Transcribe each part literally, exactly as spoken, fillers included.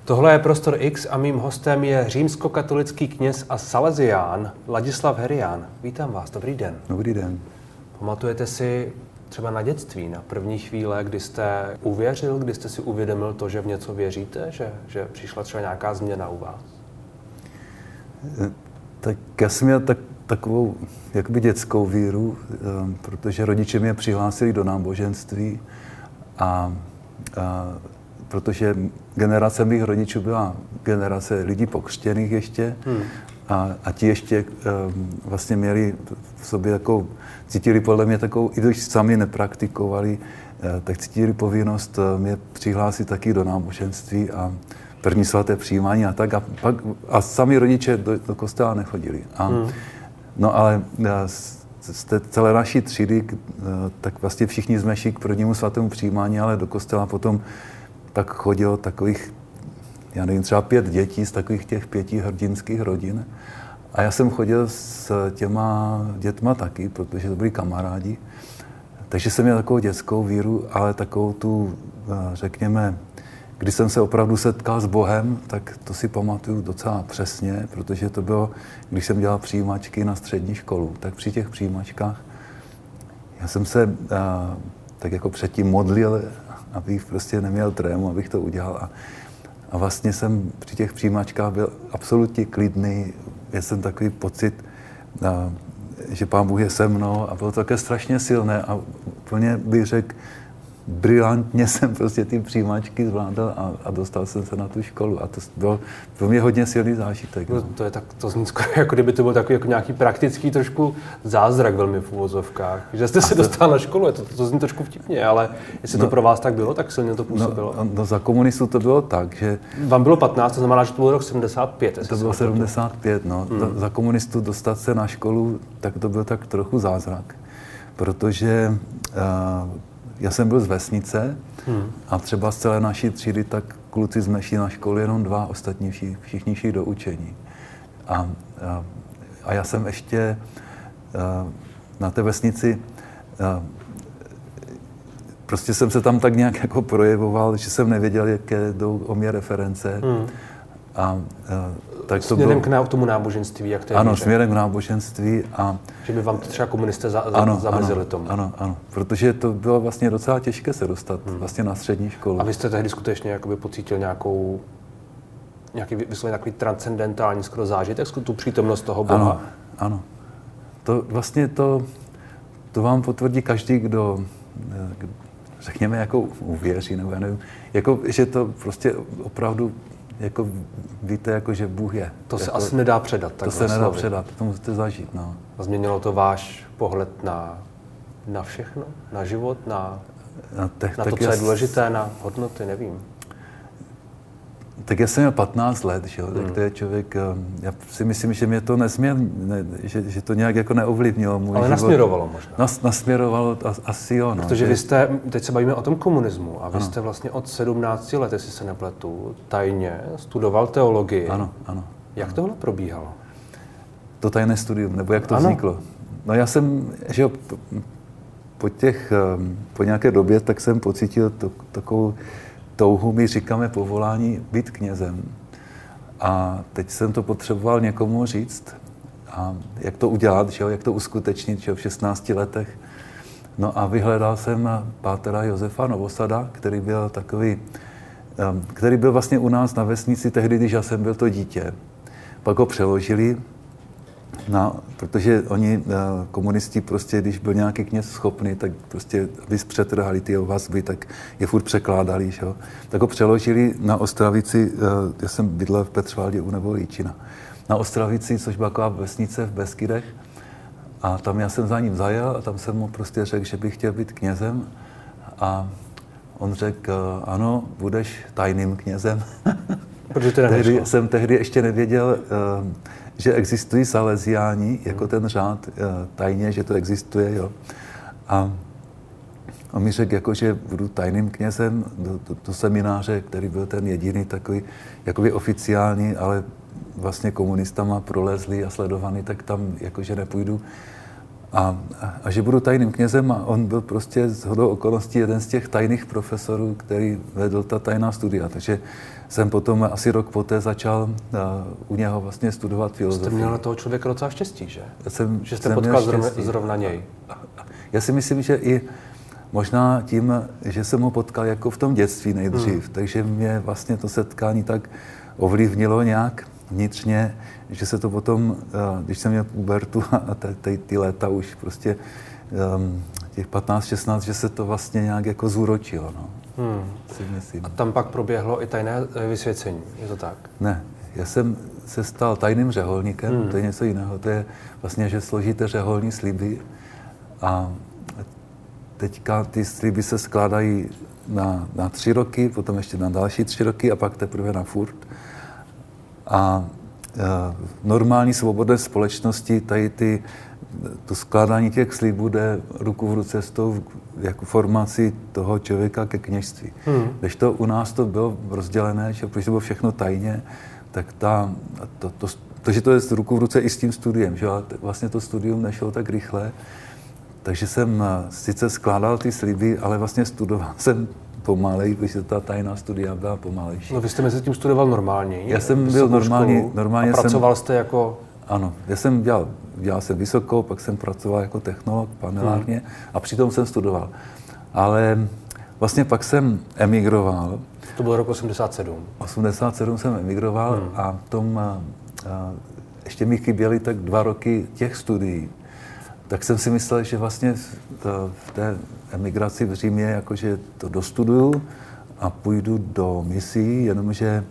Tohle je Prostor X a mým hostem je římskokatolický kněz a salezián Ladislav Herián. Vítám vás, dobrý den. Dobrý den. Pamatujete si třeba na dětství, na první chvíle, kdy jste uvěřil, kdy jste si uvědomil to, že v něco věříte, že, že přišla třeba nějaká změna u vás? Tak já jsem měl tak, takovou jakoby dětskou víru, protože rodiče mě přihlásili do náboženství a, a protože generace mých rodičů byla generace lidí pokřtěných ještě hmm. a, a ti ještě um, vlastně měli v sobě takovou, cítili podle mě takovou, i když sami nepraktikovali, uh, tak cítili povinnost uh, mě přihlásit taky do náboženství a první svaté přijímání a tak a, pak, a sami rodiče do, do kostela nechodili. A, hmm. No ale uh, z, z té celé naší třídy, uh, tak vlastně všichni jsme šli k prvnímu svatému přijímání, ale do kostela potom tak chodilo takových, já nevím, třeba pět dětí z takových těch pěti hrdinských rodin. A já jsem chodil s těma dětma taky, protože to byli kamarádi. Takže jsem měl takovou dětskou víru, ale takovou tu, řekněme, když jsem se opravdu setkal s Bohem, tak to si pamatuju docela přesně, protože to bylo, když jsem dělal přijímačky na střední školu. Tak při těch přijímačkách já jsem se tak jako předtím modlil, abych prostě neměl trému, abych to udělal. A, a vlastně jsem při těch přijímačkách byl absolutně klidný. Já jsem takový pocit, a, že Pán Bůh je se mnou a bylo to také strašně silné a úplně bych řekl, brilantně jsem prostě ty přijímačky zvládal a, a dostal jsem se na tu školu a to byl pro mě hodně silný zážitek. No. To je tak, to zní skoro, jako kdyby to byl takový jako nějaký praktický trošku zázrak velmi v uvozovkách, že jste se to... dostal na školu, to, to, to zní trošku vtipně, ale jestli no, to pro vás tak bylo, tak silně to působilo. No, no za komunistů to bylo tak, že... Vám bylo patnáct, to znamená, že to byl rok sedmdesát pět. To bylo sedmdesát pět, no. Hmm. Za, za komunistů dostat se na školu, tak to byl tak trochu zázrak, protože uh, já jsem byl z vesnice hmm. a třeba z celé naší třídy, tak kluci jsme šli na školu jenom dva, ostatní všichni, všichni šli do učení. A, a, a já jsem ještě a, na té vesnici, a, prostě jsem se tam tak nějak jako projevoval, že jsem nevěděl, jaké jdou o mě reference. Hmm. A, a, tak to směrem bylo, k tomu náboženství, jak to je? Ano, víře? směrem k náboženství. A, že by vám to třeba komunisté za, ano, zamezili ano, tomu. Ano, ano, protože to bylo vlastně docela těžké se dostat hmm. vlastně na střední školu. A vy jste tehdy skutečně jakoby pocítil nějakou, nějaký vysloveně takový transcendentální skoro zážitek, tu přítomnost toho Boha? Ano, ano. To vlastně to, to vám potvrdí každý, kdo, řekněme, jako uvěří, nebo já nevím, jako, že to prostě opravdu jako víte, jako, že Bůh je. To se jako, asi nedá předat. To se nedá slovy. předat, to musíte zažít. No. A změnilo to váš pohled na, na všechno? Na život? Na, na, te, na to, co je důležité, na hodnoty? Nevím. Tak já jsem měl patnáct let, že, hmm. tak to je člověk, já si myslím, že mě to nesměr, ne, že, že to nějak jako neovlivnilo můj Ale život. nasměrovalo možná. Nas, nasměrovalo asi jo. No, Protože že... vy jste, teď se bavíme o tom komunismu, a vy ano. jste vlastně od sedmnácti let, jestli se nepletu, tajně studoval teologii. Ano, ano. Jak ano. tohle probíhalo? To tajné studium, nebo jak to ano. vzniklo? No já jsem, že jo, po těch, po nějaké době, tak jsem pocítil to, takovou touhu, my říkáme povolání, být knězem. A teď jsem to potřeboval někomu říct, a jak to udělat, že jo, jak to uskutečnit, že jo, v šestnácti letech. No a vyhledal jsem pátera Josefa Novosada, který byl takový, který byl vlastně u nás na vesnici tehdy, když já jsem byl to dítě. Pak ho přeložili, na, protože oni, komunisti, prostě, když byl nějaký kněz schopný, tak prostě, aby zpřetrhali ty vazby, tak je furt překládali, že jo. Tak ho přeložili na Ostravici, já jsem bydlel v Petřvaldě u Nevolíčina, na Ostravici, což byla taková vesnice v Beskydech. A tam já jsem za ním zajel a tam jsem mu prostě řekl, že bych chtěl být knězem. A on řekl, ano, budeš tajným knězem. Protože to tehdy, jsem tehdy ještě nevěděl, že existují saleziáni, jako ten řád tajně, že to existuje, jo. A on mi řekl, jako, že budu tajným knězem do, do, do semináře, který byl ten jediný takový, jakoby oficiální, ale vlastně komunistama prolezlý a sledovaný, tak tam jakože nepůjdu. A, a že budu tajným knězem a on byl prostě shodou okolností jeden z těch tajných profesorů, který vedl ta tajná studia. Takže jsem potom asi rok poté začal uh, u něho vlastně studovat filozofii. Jste měl na toho člověka docela štěstí, že? Jsem, že jste potkal zrovna, zrovna něj. Já si myslím, že i možná tím, že jsem ho potkal jako v tom dětství nejdřív, hmm. takže mě vlastně to setkání tak ovlivnilo nějak vnitřně, že se to potom, když jsem měl pubertu a ty, ty léta už prostě um, těch patnáct šestnáct, že se to vlastně nějak jako zúročilo, no. Hmm. Si myslím. A tam pak proběhlo i tajné vysvěcení, je to tak? Ne, já jsem se stal tajným řeholníkem, hmm. to je něco jiného, to je vlastně, že složíte řeholní sliby a teďka ty sliby se skládají na, na tři roky, potom ještě na další tři roky a pak teprve na furt. A v normální svobodné společnosti tady ty, to skládání těch slibů jde ruku v ruce s tou jako formací toho člověka ke kněžství. Hmm. Když to u nás to bylo rozdělené, že protože to bylo všechno tajně, tak ta, to, to, to, že to je ruku v ruce i s tím studiem, že vlastně to studium nešlo tak rychle, takže jsem sice skládal ty sliby, ale vlastně studoval jsem pomalej, protože ta tajná studia byla pomalejší. No vy jste mezi tím studoval normálně? Já jsem byl normálně, normálně a pracoval jsem, jste jako... Ano, já jsem dělal, dělal jsem vysokou, pak jsem pracoval jako technolog v panelárně hmm. a přitom jsem studoval. Ale vlastně pak jsem emigroval. To byl rok osmdesát sedm. osmdesát sedm jsem emigroval hmm. a v tom a, a, ještě mi chyběly tak dva roky těch studií. Tak jsem si myslel, že vlastně v té emigraci v Římě jakože to dostuduju a půjdu do misí, jenomže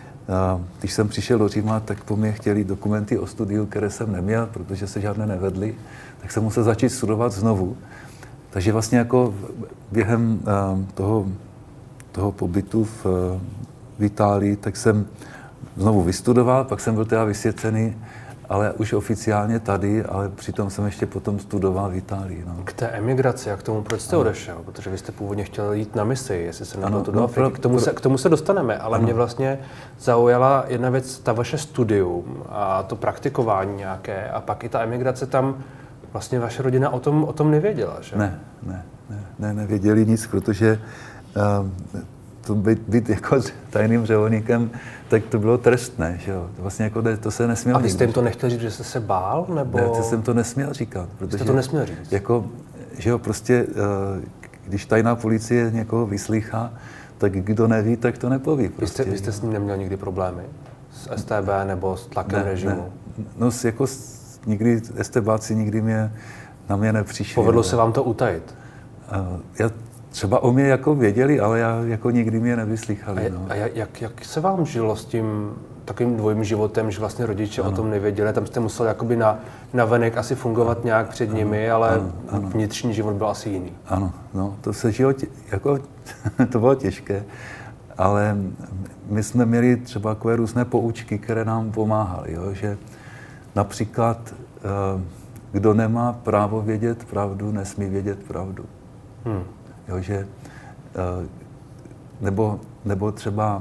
když jsem přišel do Říma, tak po mně chtěli dokumenty o studiu, které jsem neměl, protože se žádné nevedly, tak jsem musel začít studovat znovu. Takže vlastně jako během toho, toho pobytu v, v Itálii, tak jsem znovu vystudoval, pak jsem byl teda vysvěcený, ale už oficiálně tady, ale přitom jsem ještě potom studoval v Itálii. No. K té emigraci a k tomu, proč jste ano. odešel? Protože vy jste původně chtěl jít na misi, jestli se nebyl to do Afriky. No, k, tomu se, k tomu se dostaneme, ale ano. mě vlastně zaujala jedna věc, ta vaše studium a to praktikování nějaké a pak i ta emigrace tam, vlastně vaše rodina o tom, o tom nevěděla, že? Ne, ne, ne, ne nevěděli nic, protože uh, to být, být jako tajným řeholníkem, tak to bylo trestné, že jo. Vlastně jako to se nesměl říct. A vy jste jim to nechtěl říct, že jste se bál, nebo? Ne, to jsem to nesměl říkat, protože... Jste to nesměl říct? Jako, že jo, prostě, když tajná policie někoho vyslýchá, tak kdo neví, tak to nepoví. Prostě. Vy jste, vy jste s ním neměl nikdy problémy? S S T B nebo s tlakem ne, režimu? Ne. No, jako nikdy, STBáci nikdy mě, na mě nepřišli. Povedlo se vám to utajit? Uh, já třeba o mě jako věděli, ale já jako nikdy mě nevyslýchali. A, no. a jak, jak se vám žilo s tím takovým dvojím životem, že vlastně rodiče ano. o tom nevěděli? Tam jste musel jakoby na, na venek asi fungovat nějak před ano. nimi, ale ano. Ano. vnitřní život byl asi jiný. Ano, no, to se žilo, tě, jako, to bylo těžké, ale my jsme měli třeba takové různé poučky, které nám pomáhaly, jo, že například kdo nemá právo vědět pravdu, nesmí vědět pravdu. Hmm. Jo, že, nebo, nebo třeba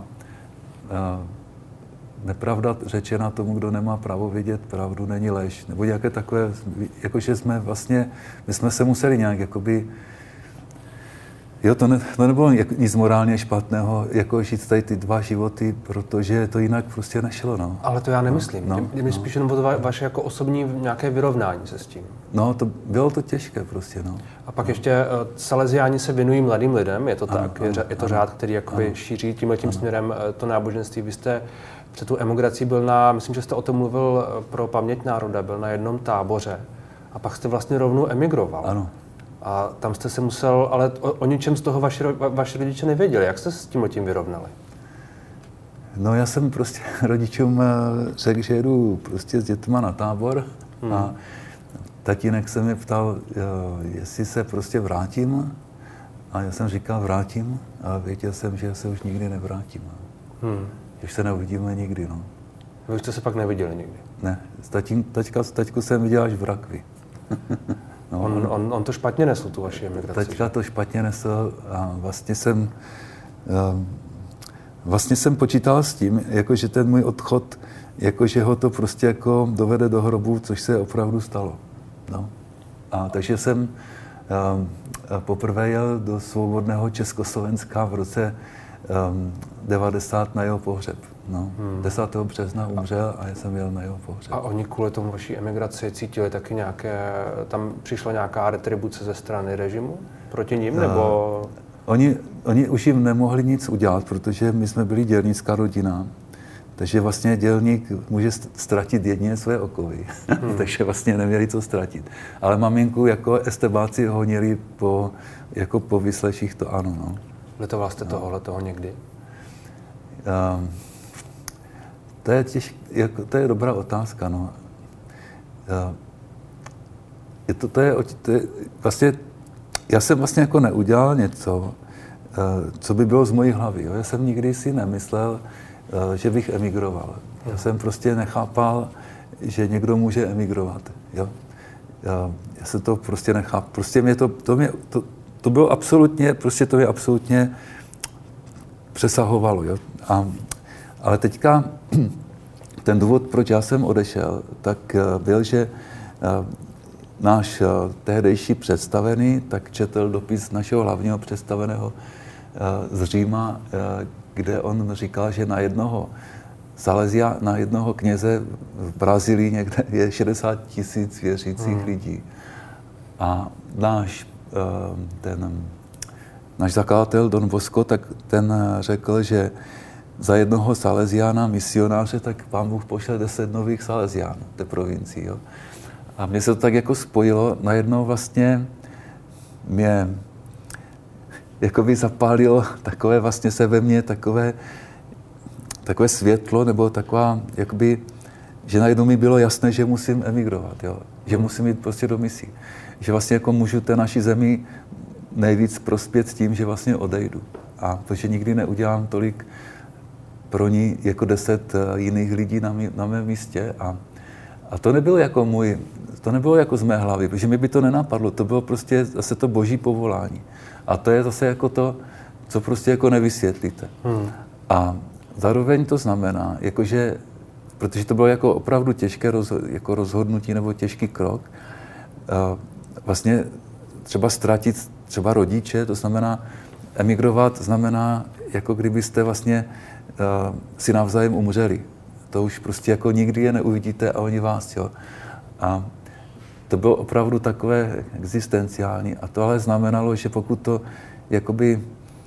nepravda řečena tomu, kdo nemá právo vědět pravdu, není lež. Nebo nějaké takové, jakože jsme vlastně, my jsme se museli nějak jakoby, jo, to, ne, to nebylo nic morálně špatného, jako žít tady ty dva životy, protože to jinak prostě nešlo, no. Ale to já nemyslím. No, Mě no. spíš jenom o vaše jako osobní nějaké vyrovnání se s tím. No, to bylo to těžké prostě, no. A pak no. ještě uh, Salesiáni se věnují mladým lidem, je to ano, tak? Ano, je, je to ano, řád, který jakoby ano, šíří tímhletím ano. směrem uh, to náboženství. Vy jste před tu emigrací byl na, myslím, že jste o tom mluvil pro Paměť národa, byl na jednom táboře a pak jste vlastně rovnou emigroval. Ano. A tam jste se musel, ale o, o ničem z toho vaši, vaši rodiče nevěděli. Jak jste se s tím vyrovnali? No já jsem prostě rodičům řekl, že jedu prostě s dětma na tábor hmm. a tatínek se mě ptal, jestli se prostě vrátím a já jsem říkal vrátím a věděl jsem, že se už nikdy nevrátím. Hmm. Že se neuvidíme nikdy, no. Vy už jste se pak neviděli nikdy? Ne, s tatím, taťka, taťku jsem viděl až v rakvi. No, on, on, on to špatně nesl, tu vaši emigraci. Taťka to špatně nesl a vlastně jsem, vlastně jsem počítal s tím, jako že ten můj odchod, jako že ho to prostě jako dovede do hrobu, což se opravdu stalo. No. A takže jsem um, poprvé jel do svobodného Československa v roce um, devadesát na jeho pohřeb. No. Hmm. desátého března umřel a já jsem jel na jeho pohřeb. A oni kvůli tomu vaší emigraci cítili taky nějaké, tam přišla nějaká retribuce ze strany režimu proti ním, nebo? Uh, oni, oni už jim nemohli nic udělat, protože my jsme byli dělnická rodina. Takže vlastně dělník může ztratit jedině své okovy, hmm. takže vlastně neměli co ztratit. Ale maminku jako estebáci honili po, jako po vysleších, to ano. No. Litoval jste no. tohohle toho někdy? Um, to, je těž, jako, to je dobrá otázka. No. Uh, je to, to, je, to je vlastně, já jsem vlastně jako neudělal něco, uh, co by bylo z mojí hlavy. Jo. Já jsem nikdy si nemyslel, že bych emigroval. Já jsem prostě nechápal, že někdo může emigrovat. Jo? Já, já se to prostě nechápal. Prostě mě to, to, mě, to, to bylo absolutně, prostě to mě absolutně přesahovalo. Jo? A, ale teďka ten důvod, proč já jsem odešel, tak byl, že náš tehdejší představený tak četl dopis našeho hlavního představeného z Říma, kde on říkal, že na jednoho Salezia, na jednoho kněze v Brazílii někde je šedesát tisíc věřících hmm. lidí. A náš, ten, náš zakladatel Don Bosco, tak ten řekl, že za jednoho Salesiána, misionáře, tak Pán Bůh pošle deset nových Salesiánů té provincii. Jo. A mně se to tak jako spojilo, najednou vlastně mě jakoby zapálilo takové vlastně se ve mně takové, takové světlo, nebo taková, jakoby, že najednou mi bylo jasné, že musím emigrovat, jo? Že musím jít prostě do misí. Že vlastně jako můžu té naší zemi nejvíc prospět tím, že vlastně odejdu. A protože nikdy neudělám tolik pro ní jako deset jiných lidí na, mý, na mém místě. A, a to nebylo jako můj, to nebylo jako z mé hlavy, protože mi by to nenapadlo, to bylo prostě zase to boží povolání. A to je zase jako to, co prostě jako nevysvětlíte. Hmm. A zároveň to znamená, jakože, protože to bylo jako opravdu těžké rozho- jako rozhodnutí nebo těžký krok, uh, vlastně třeba ztratit třeba rodiče, to znamená emigrovat, znamená, jako kdybyste vlastně uh, si navzájem umřeli. To už prostě jako nikdy je neuvidíte a oni vás, jo. A to bylo opravdu takové existenciální. A to ale znamenalo, že pokud to jakoby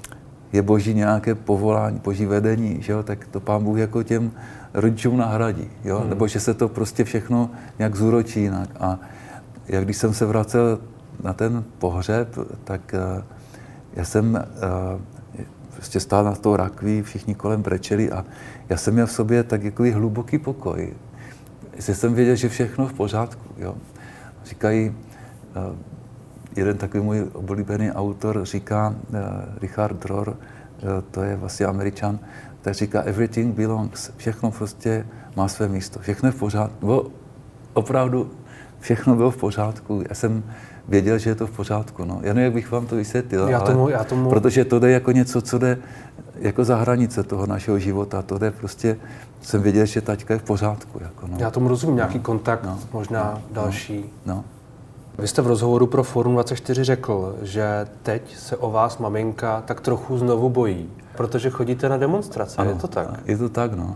je boží nějaké povolání, boží vedení, že jo, tak to Pán Bůh jako těm rodičům nahradí. Jo? Hmm. Nebo že se to prostě všechno nějak zúročí jinak. A jak když jsem se vracel na ten pohřeb, tak uh, já jsem uh, prostě stál na tou rakví, všichni kolem brečeli a já jsem měl v sobě tak jakový hluboký pokoj. Jestli jsem věděl, že všechno v pořádku. Jo? Říkají, uh, jeden takový můj oblíbený autor říká, uh, Richard Rohr, uh, to je vlastně Američan, tak říká everything belongs, všechno prostě má své místo, všechno je v pořádku. Bylo opravdu všechno bylo v pořádku. Já jsem věděl, že je to v pořádku. No. Já nevím, jak bych vám to vysvětlil, já tomu, ale já tomu... protože to jde jako něco, co jde jako za hranice toho našeho života. To jde prostě, jsem věděl, že taťka je v pořádku. Jako, no. Já tomu rozumím, nějaký no. kontakt, no. možná no. další. No. Vy jste v rozhovoru pro Forum dvacet čtyři řekl, že teď se o vás maminka tak trochu znovu bojí, protože chodíte na demonstrace, ano, je to tak? Je to tak, no.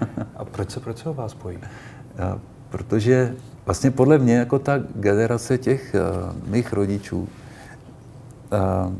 A proč se, proč se o vás bojí? Já, protože vlastně podle mě jako ta generace těch uh, mých rodičů, uh,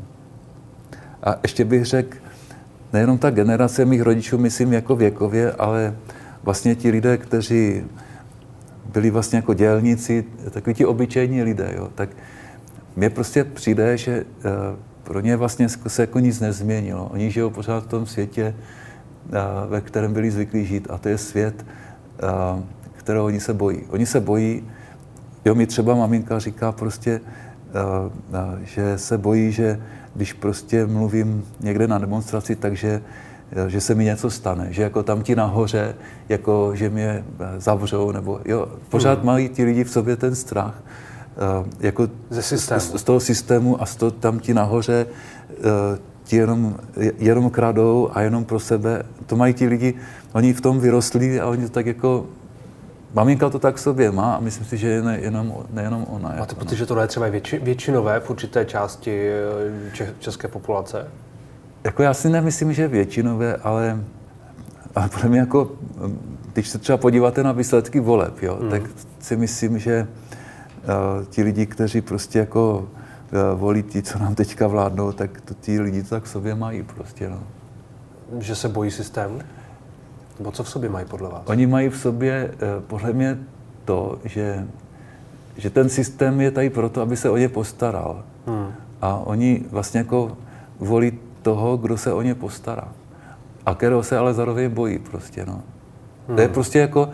a ještě bych řekl, nejenom ta generace mých rodičů, myslím jako věkově, ale vlastně ti lidé, kteří byli vlastně jako dělníci, takoví ti obyčejní lidé, jo, tak mně prostě přijde, že uh, pro ně vlastně se jako nic nezměnilo. Oni žijou pořád v tom světě, uh, ve kterém byli zvyklí žít, a to je svět, uh, kterého oni se bojí. Oni se bojí, jo, mi třeba maminka říká prostě, uh, uh, že se bojí, že když prostě mluvím někde na demonstraci, takže že se mi něco stane, že jako tam ti nahoře, jako že mě zavřou, nebo jo, pořád hmm. mají ti lidi v sobě ten strach, uh, jako ze systému. Z, z toho systému a z toho, tam ti nahoře uh, ti jenom, jenom kradou a jenom pro sebe. To mají ti lidi, oni v tom vyrostli a oni to tak jako maminka to tak v sobě má a myslím si, že ne, jenom, nejenom ona. Máte jako, pocit, no. že tohle je třeba větši, většinové v určité části če, české populace? Jako já si nemyslím, že většinové, ale, ale podle mě jako, když se třeba podíváte na výsledky voleb, jo, mm. tak si myslím, že uh, ti lidi, kteří prostě jako uh, volí ti, co nám teďka vládnou, tak to ti lidi to tak v sobě mají prostě, no. Že se bojí systému? Nebo co v sobě mají podle vás? Oni mají v sobě uh, podle mě to, že, že ten systém je tady proto, aby se o ně postaral. Mm. A oni vlastně jako volí toho, kdo se o ně postará. A kterého se ale zároveň bojí prostě, no. Hmm. To je prostě jako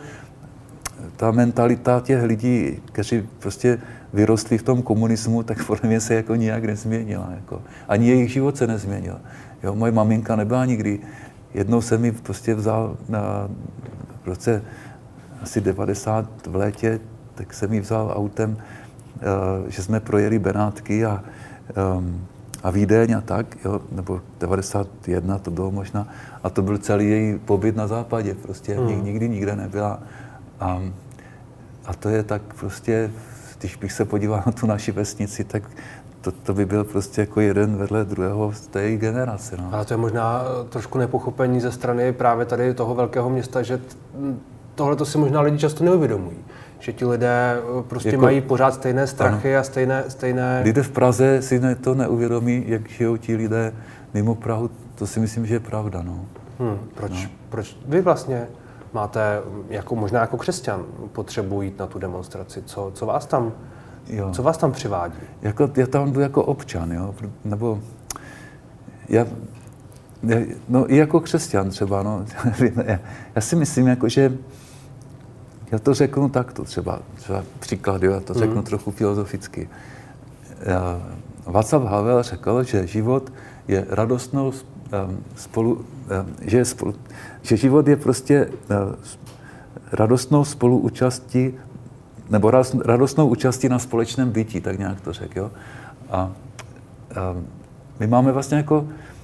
ta mentalita těch lidí, kteří prostě vyrostli v tom komunismu, tak podle mě se jako nijak nezměnila, jako. Ani jejich život se nezměnil. Jo, moje maminka nebyla nikdy. Jednou jsem mi prostě vzal na v roce asi devadesát v létě, tak jsem mi vzal autem, uh, že jsme projeli Benátky a um, a Vídeň a tak, jo, nebo devadesát jedna to bylo možná, a to byl celý její pobyt na západě, prostě hmm. nikdy nikde nebyla. A, a to je tak prostě, když bych se podíval na tu naši vesnici, tak to, to by byl prostě jako jeden vedle druhého z té její generace. No. Ale to je možná trošku nepochopení ze strany právě tady toho velkého města, že tohle to si možná lidi často neuvědomují. Že ti lidé prostě jako, mají pořád stejné strachy ano. a stejné, stejné... Lidé v Praze si ne, to neuvědomí, jak žijou ti lidé mimo Prahu, to si myslím, že je pravda, no. Hmm, proč, no. proč vy vlastně máte, jako, možná jako křesťan, potřebu jít na tu demonstraci? Co, co vás tam, jo. co vás tam přivádí? Jako, já tam jdu jako občan, jo, nebo já, já, no i jako křesťan třeba, no. já, já si myslím, jako, že já to řeknu takto, třeba, třeba příklad, jo, já to řeknu mm. trochu filozoficky. Václav Havel řekl, že život je radostnou spolu, že, je spolu, že život je prostě radostnou spoluúčastí, nebo radostnou účastí na společném bytí, tak nějak to řekl, jo. A, a my máme vlastně jako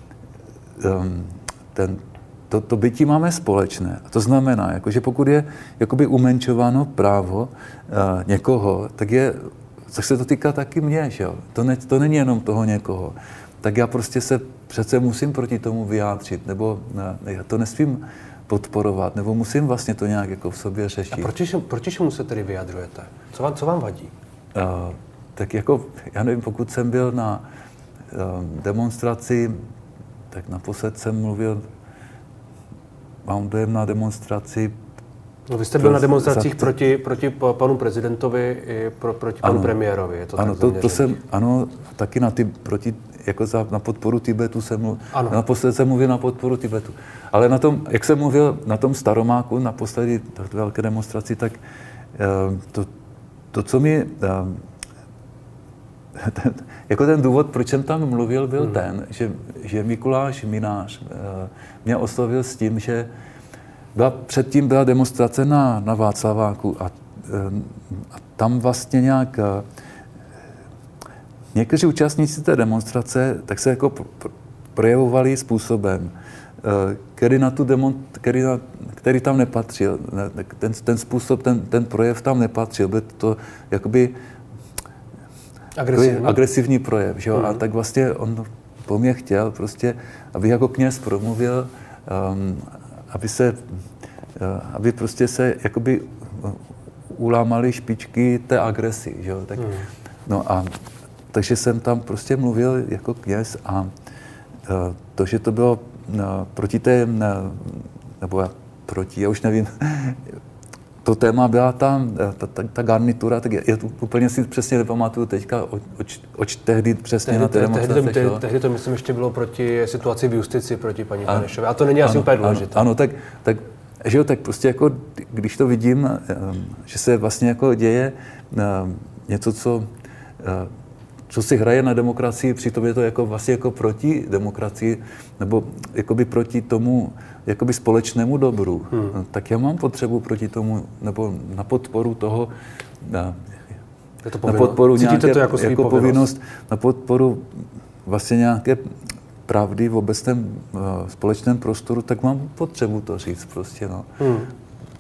ten To, to bytí máme společné. A to znamená, jako, že pokud je jakoby umenčováno právo uh, někoho, tak, je, tak se to týká taky mě, že jo? To, ne, to není jenom toho někoho. Tak já prostě se přece musím proti tomu vyjádřit, nebo ne, já to nesmím podporovat, nebo musím vlastně to nějak jako v sobě řešit. A proti, proti čemu se tedy vyjadřujete? Co vám, co vám vadí? Uh, tak jako, já nevím, pokud jsem byl na uh, demonstraci, tak naposled jsem mluvil, mám dojem na demonstraci. No, vy jste byl na demonstracích za... proti, proti panu prezidentovi i pro, proti panu ano, premiérovi, je to ano, tak to, to jsem, ano, taky na, ty, proti, jako za, na podporu Tibetu jsem mluvil, naposled jsem mluvil na podporu Tibetu. Ale na tom, jak jsem mluvil na tom Staromáku, naposledy v velké demonstraci, tak to, to co mi, ten, jako ten důvod, proč jsem tam mluvil, byl hmm. ten, že, že Mikuláš Minář mě oslovil s tím, že byla, předtím byla demonstrace na, na Václaváku a, a tam vlastně nějak někteří účastníci té demonstrace tak se jako projevovali způsobem, který, na tu demon, který, na, který tam nepatřil. Ten, ten způsob, ten, ten projev tam nepatřil. Byl to jakoby agresivní, agresivní projev. Že jo? Mm. A tak vlastně on po mně chtěl, prostě, aby jako kněz promluvil, um, aby se, uh, aby prostě se jakoby ulámaly špičky té agresi. Že jo? Tak, mm. No a takže jsem tam prostě mluvil jako kněz a uh, to, že to bylo uh, proti té, uh, nebo já, proti, já už nevím, to téma byla tam, ta, ta, ta garnitura, tak je, je to, úplně si přesně nepamatuju teďka, oč, oč, oč tehdy přesně tehdy, na té demonstraci. Tehdy, tehdy, tehdy to myslím ještě bylo proti situaci v justici, proti paní Benešové. A to není ano, asi úplně důležité. Ano, ano, tak, tak, že jo, tak prostě jako, když to vidím, že se vlastně jako děje něco, co, co si hraje na demokracii, přitom je to jako vlastně jako proti demokracii, nebo jakoby proti tomu jakoby společnému dobru, hmm. tak já mám potřebu proti tomu, nebo na podporu toho, na, na podporu nějaké to jako jako povinnost, na podporu vlastně nějaké pravdy v obecném uh, společném prostoru, tak mám potřebu to říct prostě, no. Hmm.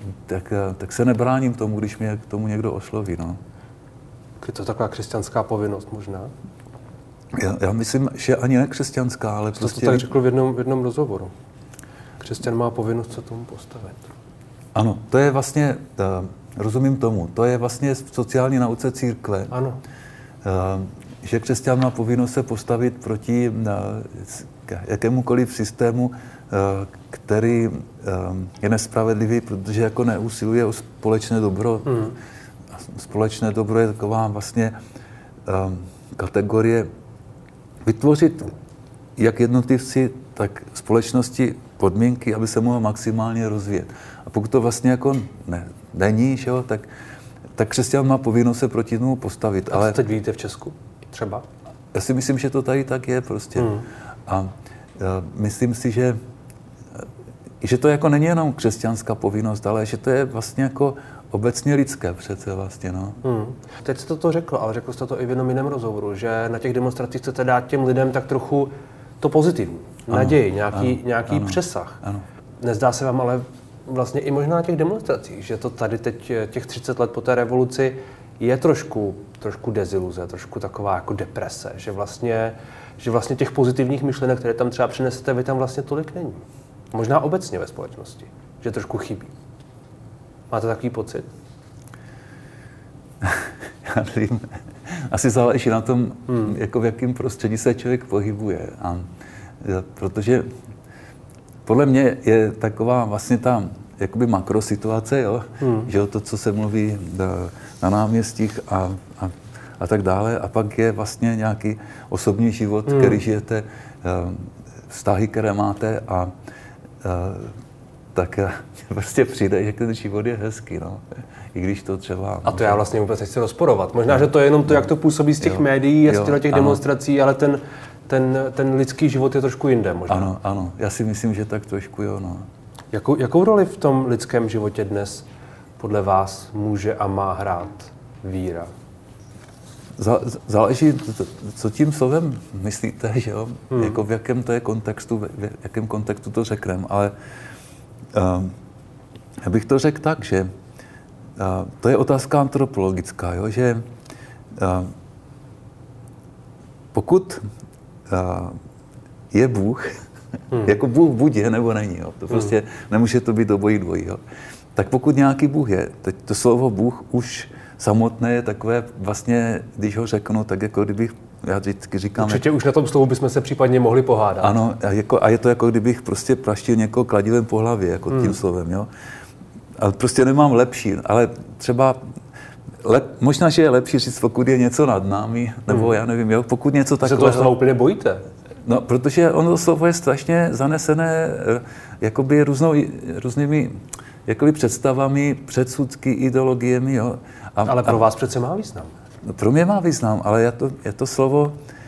tak, tak se nebráním tomu, když mě k tomu někdo osloví. No. Je to taková křesťanská povinnost možná? Já, já myslím, že ani ne křesťanská, ale Jste prostě... to tady řekl v jednom, v jednom rozhovoru. Křesťan má povinnost se tomu postavit. Ano, to je vlastně, rozumím tomu, to je vlastně v sociální nauce církve. Ano. Že křesťan má povinnost se postavit proti jakémukoliv systému, který je nespravedlivý, protože jako neusiluje o společné dobro. Hmm. Společné dobro je taková vlastně kategorie vytvořit jak jednotlivci, tak společnosti podmínky, aby se mohlo maximálně rozvíjet. A pokud to vlastně jako ne, není, že jo, tak, tak křesťan má povinnost se proti tomu postavit. A ale teď vidíte v Česku třeba? Já si myslím, že to tady tak je prostě. Hmm. A, a myslím si, že, že to jako není jenom křesťanská povinnost, ale že to je vlastně jako obecně lidské přece vlastně, no. Hmm. Teď jste to řekl, ale řekl jste to i v jednom jiném rozhovoru, že na těch demonstracích chcete dát těm lidem tak trochu to pozitivní, ano, naději, nějaký, ano, nějaký ano, přesah. Ano. Nezdá se vám ale vlastně i možná na těch demonstracích, že to tady teď těch třicet let po té revoluci je trošku, trošku deziluze, trošku taková jako deprese, že vlastně, že vlastně těch pozitivních myšlenek, které tam třeba přinesete, vy tam vlastně tolik není. Možná obecně ve společnosti, že trošku chybí. Máte takový pocit? Já nevím. Asi záleží na tom, hmm. jako v jakém prostředí se člověk pohybuje. A, protože podle mě je taková vlastně ta jakoby makrosituace, jo? Hmm. Že to, co se mluví na náměstích a, a, a tak dále. A pak je vlastně nějaký osobní život, hmm. který žijete, vztahy, které máte a, a tak prostě přijde, že ten život je hezký, no. I když to třeba... A to já vlastně vůbec nechci rozporovat. Možná, že to je jenom to, jak to působí z těch jo. médií a z těch ano. demonstrací, ale ten, ten, ten lidský život je trošku jinde možná. Ano, ano. Já si myslím, že tak trošku jo, no. Jakou, jakou roli v tom lidském životě dnes podle vás může a má hrát víra? Záleží, co tím slovem myslíte, že jo? Hmm. Jako v jakém to je kontextu, v jakém kontextu to řekneme, ale uh, já bych to řekl tak, že uh, to je otázka antropologická, jo? Že uh, pokud uh, je Bůh, hmm. jako Bůh buď je nebo není, jo? To prostě hmm. nemůže to být obojí dvojí, jo? Tak pokud nějaký Bůh je, teď to slovo Bůh už samotné je takové, vlastně, když ho řeknu, tak jako kdybych, já vždycky říkám... Určitě už na tom slovu bychom se případně mohli pohádat. Ano, a, jako, a je to jako kdybych prostě praštil někoho kladivem po hlavě, jako hmm. tím slovem, jo. Ale prostě nemám lepší, ale třeba, lep, možná, že je lepší říct, pokud je něco nad námi, nebo hmm. já nevím, jo, pokud něco takového... Se toho slova úplně bojíte? No, protože ono slovo je strašně zanesené jakoby různou, různými jakoby představami, předsudky, ideologiemi, jo. A, ale pro a, vás přece má význam. Pro mě má význam, ale je to, je to slovo,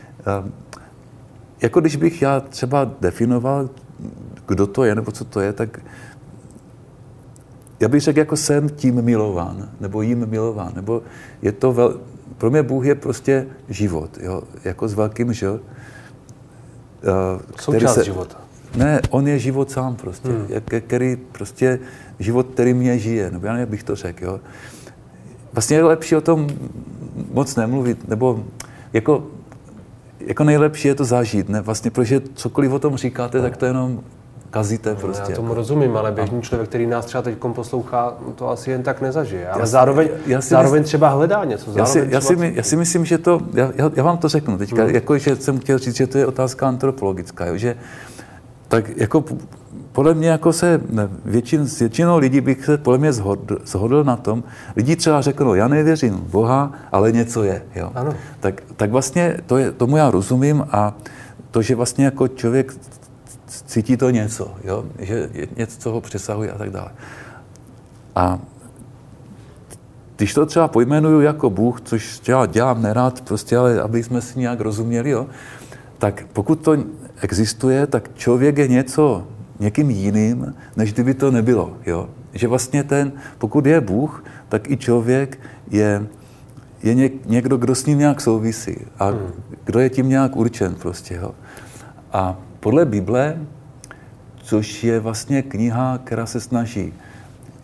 jako když bych já třeba definoval, kdo to je, nebo co to je, tak já bych řekl, jako jsem tím milován, nebo jím milován, nebo je to, vel, pro mě Bůh je prostě život, jo, jako s velkým Ž. Součást se, života. Ne, on je život sám prostě, hmm. který prostě, život, který mě žije, nebo já nevím, jak bych to řekl, jo. Vlastně je lepší o tom moc nemluvit, nebo jako, jako nejlepší je to zažít, ne? Vlastně, protože cokoliv o tom říkáte, tak to jenom kazíte no, prostě. Já tomu rozumím, ale běžný člověk, který nás třeba teď poslouchá, to asi jen tak nezažije. Ale já zároveň, já si zároveň mysl... třeba hledá něco. Já si, já, si, já si myslím, že to, já, já vám to řeknu teďka, hmm. jako, že jsem chtěl říct, že to je otázka antropologická, jo? Že tak jako podle mě jako se většin, s většinou lidí bych se podle mě zhodl, zhodl na tom, lidi třeba řeknou, já nevěřím v Boha, ale něco je. Jo. Ano. Tak, tak vlastně to je, tomu já rozumím a to, že vlastně jako člověk cítí to něco, jo, že je něco, co ho přesahuje a tak dále. A když to třeba pojmenuju jako Bůh, což já dělám nerád, prostě, ale aby jsme si nějak rozuměli, jo, tak pokud to existuje, tak člověk je něco někým jiným, než kdyby to nebylo. Jo? Že vlastně ten, pokud je Bůh, tak i člověk je, je něk, někdo, kdo s ním nějak souvisí a hmm. kdo je tím nějak určen prostě. Jo? A podle Bible, což je vlastně kniha, která se snaží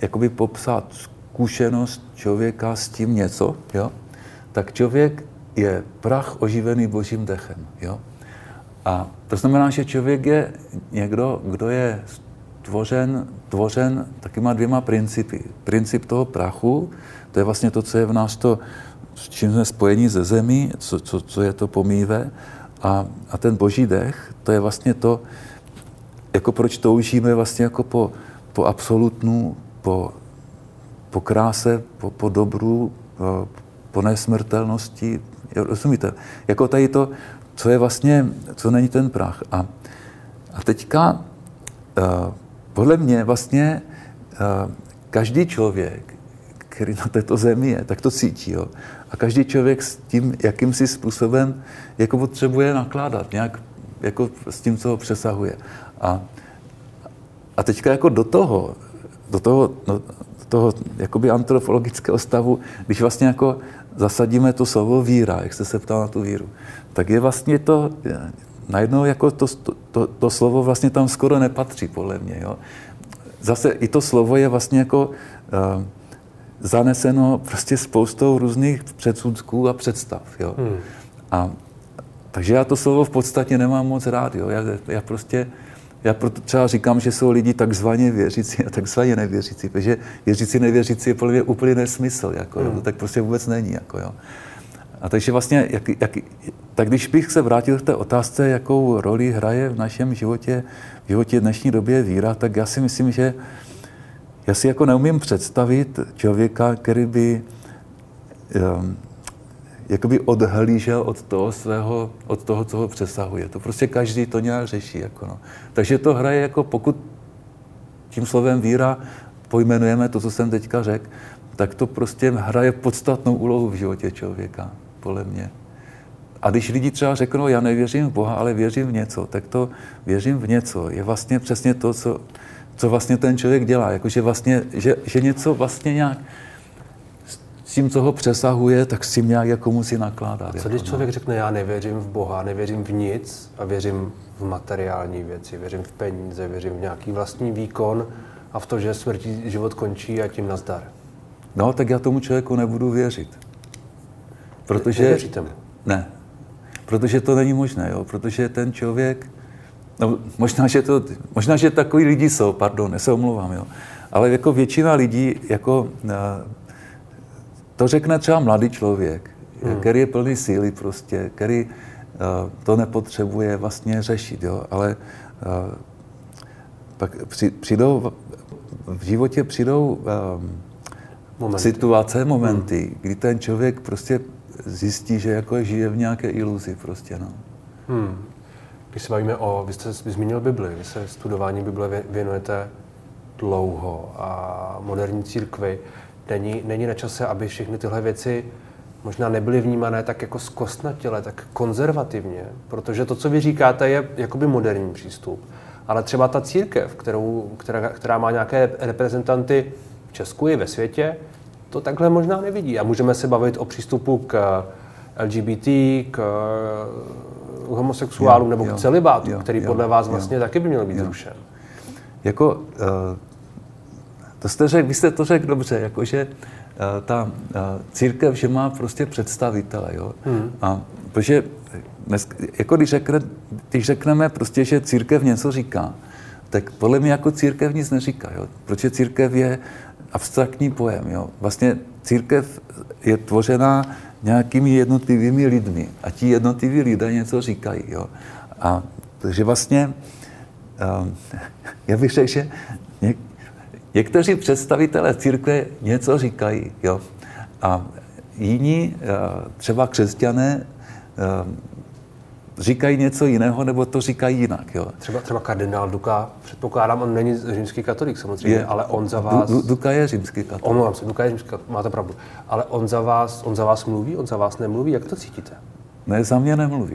jakoby popsat zkušenost člověka s tím něco, jo, tak člověk je prach oživený božím dechem. Jo. A to znamená, že člověk je někdo, kdo je tvořen, tvořen takýma dvěma principy. Princip toho prachu, to je vlastně to, co je v nás to, s čím jsme spojení ze zemí, co, co, co je to pomývé. A, a ten boží dech, to je vlastně to, jako proč toužíme vlastně jako po, po absolutnu, po, po kráse, po, po dobru, po, po nesmrtelnosti. Rozumíte? Jako tady to, co je vlastně, co není ten prach. A, a teďka, uh, podle mě vlastně uh, každý člověk, který na této zemi je, tak to cítí. Jo? A každý člověk s tím, jakýmsi způsobem jako potřebuje nakládat, nějak jako s tím, co ho přesahuje. A, a teďka jako do toho, do toho, no, do toho jakoby antropologického stavu, když vlastně jako zasadíme to slovo víra, jak jste se ptal na tu víru, tak je vlastně to, najednou jako to, to, to slovo vlastně tam skoro nepatří, podle mě. Jo? Zase i to slovo je vlastně jako uh, zaneseno prostě spoustou různých předsudků a představ. Jo? Hmm. A, takže já to slovo v podstatě nemám moc rád. Jo? Já, já prostě, já proto třeba říkám, že jsou lidi takzvaně věřící a takzvaně nevěřící, protože věřící nevěřící je podle mě úplný nesmysl. Jako, hmm. jo? To tak prostě vůbec není. Jako, jo? A takže vlastně, jak, jak, tak když bych se vrátil k té otázce, jakou roli hraje v našem životě, v životě dnešní době víra, tak já si myslím, že já si jako neumím představit člověka, který by um, jakoby odhlížel od toho svého, od toho, co ho přesahuje. To prostě každý to nějak řeší. Jako no. Takže to hraje jako, pokud tím slovem víra pojmenujeme to, co jsem teďka řekl, tak to prostě hraje podstatnou úlohu v životě člověka, podle mě. A když lidi třeba řeknou, já nevěřím v Boha, ale věřím v něco, tak to věřím v něco je vlastně přesně to, co, co vlastně ten člověk dělá. Jakože vlastně, že, že něco vlastně nějak s tím, co ho přesahuje, tak s tím nějak jako musí nakládat. Co když člověk řekne, já nevěřím v Boha, nevěřím v nic a věřím v materiální věci, věřím v peníze, věřím v nějaký vlastní výkon a v to, že smrtí život končí a tím nazdar. No, tak já tomu člověku nebudu věřit. Protože... Nevěříte mu? Ne. Protože to není možné, jo. Protože ten člověk... No, možná, že to... Možná, že takový lidi jsou, pardon, ne se omlouvám, jo. Ale jako většina lidí, jako... To řekne třeba mladý člověk, hmm. který je plný síly prostě, který uh, to nepotřebuje vlastně řešit, jo. Ale uh, pak při, přijdou... V životě přijdou... Um, Momenty. Situace, momenty, hmm. kdy ten člověk prostě zjistí, že jako žije v nějaké iluzi prostě, no. Hmm. Když se bavíme o, vy jste zmínil Bibli, vy se studování Bible věnujete dlouho a moderní církvi. Není, není na čase, aby všechny tyhle věci možná nebyly vnímané tak jako zkostnatěle, tak konzervativně, protože to, co vy říkáte, je jakoby moderní přístup. Ale třeba ta církev, kterou, která, která má nějaké reprezentanty v Česku i ve světě, to takhle možná nevidí. A můžeme se bavit o přístupu k L G B T, k homosexuálům nebo jo, k celibátu, jo, který jo, podle vás vlastně jo, taky by měl být jo. zrušen. Jako, uh, to jste řekl, vy jste to řekl dobře, jakože uh, ta uh, církev, že má prostě představitele, jo. Hmm. A protože dnes, jako když, řekne, když řekneme prostě, že církev něco říká, tak podle mě jako církev nic neříká, jo. Protože církev je abstraktní pojem, jo. Vlastně církev je tvořená nějakými jednotlivými lidmi a ti jednotliví lidé něco říkají, jo. A takže vlastně, um, já bych řekl, že něk, někteří představitelé církve něco říkají, jo. A jiní, uh, třeba křesťané, uh, říkají něco jiného, nebo to říkají jinak, jo. Třeba, třeba kardinál Duka, předpokládám, on není římský katolík samozřejmě, je, ale on za vás... Du, Duka je římský katolík. Omlouvám se, Duka je římský katolík, máte pravdu. Ale on za vás, on za vás mluví, on za vás nemluví, jak to cítíte? Ne, za mě nemluví.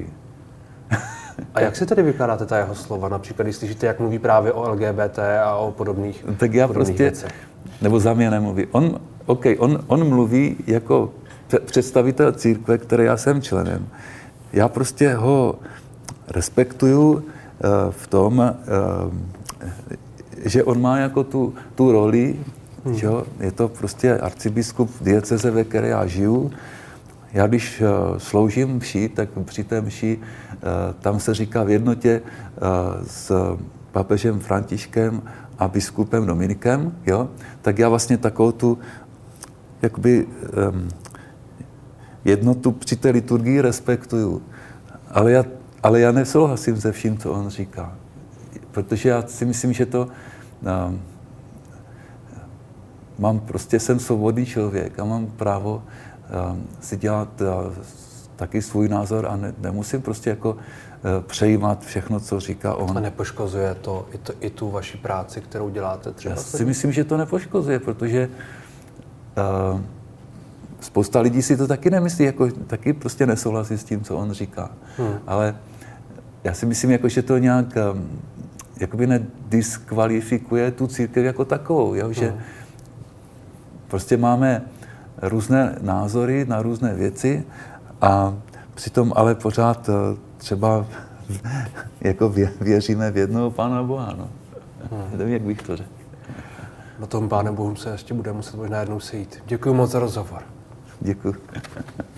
A jak si tedy vykládáte ta jeho slova? Například, když slyšíte, jak mluví právě o L G B T a o podobných, tak já podobných prostě, věcech? Nebo za mě nemluví. On, okay, on, on mluví jako představitel církve, které já jsem členem. Já prostě ho respektuju uh, v tom, uh, že on má jako tu, tu roli Hmm. Jo? Je to prostě arcibiskup dieceze, ve které já žiju. Já když uh, sloužím mši, tak při té mši uh, tam se říká v jednotě uh, s papežem Františkem a biskupem Dominikem, jo? Tak já vlastně takovou tu jakoby um, jednotu při té liturgii respektuju. Ale já, ale já nesouhlasím se vším, co on říká. Protože já si myslím, že to um, mám prostě, jsem svobodný člověk a mám právo um, si dělat uh, taky svůj názor a ne, nemusím prostě jako uh, přejímat všechno, co říká on. A nepoškozuje to i, to, i tu vaši práci, kterou děláte třeba? Já si myslím, že to nepoškozuje, protože uh, spousta lidí si to taky nemyslí, jako taky prostě nesouhlasí s tím, co on říká. Hmm. Ale já si myslím, jako, že to nějak um, jakoby nediskvalifikuje tu církev jako takovou, jo? Že hmm. prostě máme různé názory na různé věci a přitom ale pořád třeba jako věříme v jednoho Pána Boha. No. Hmm. Nevím, jak bych to řekl. Na tom Pánem Bohu se ještě bude muset možná jednou sejít. Děkuji moc za rozhovor. Děkuji.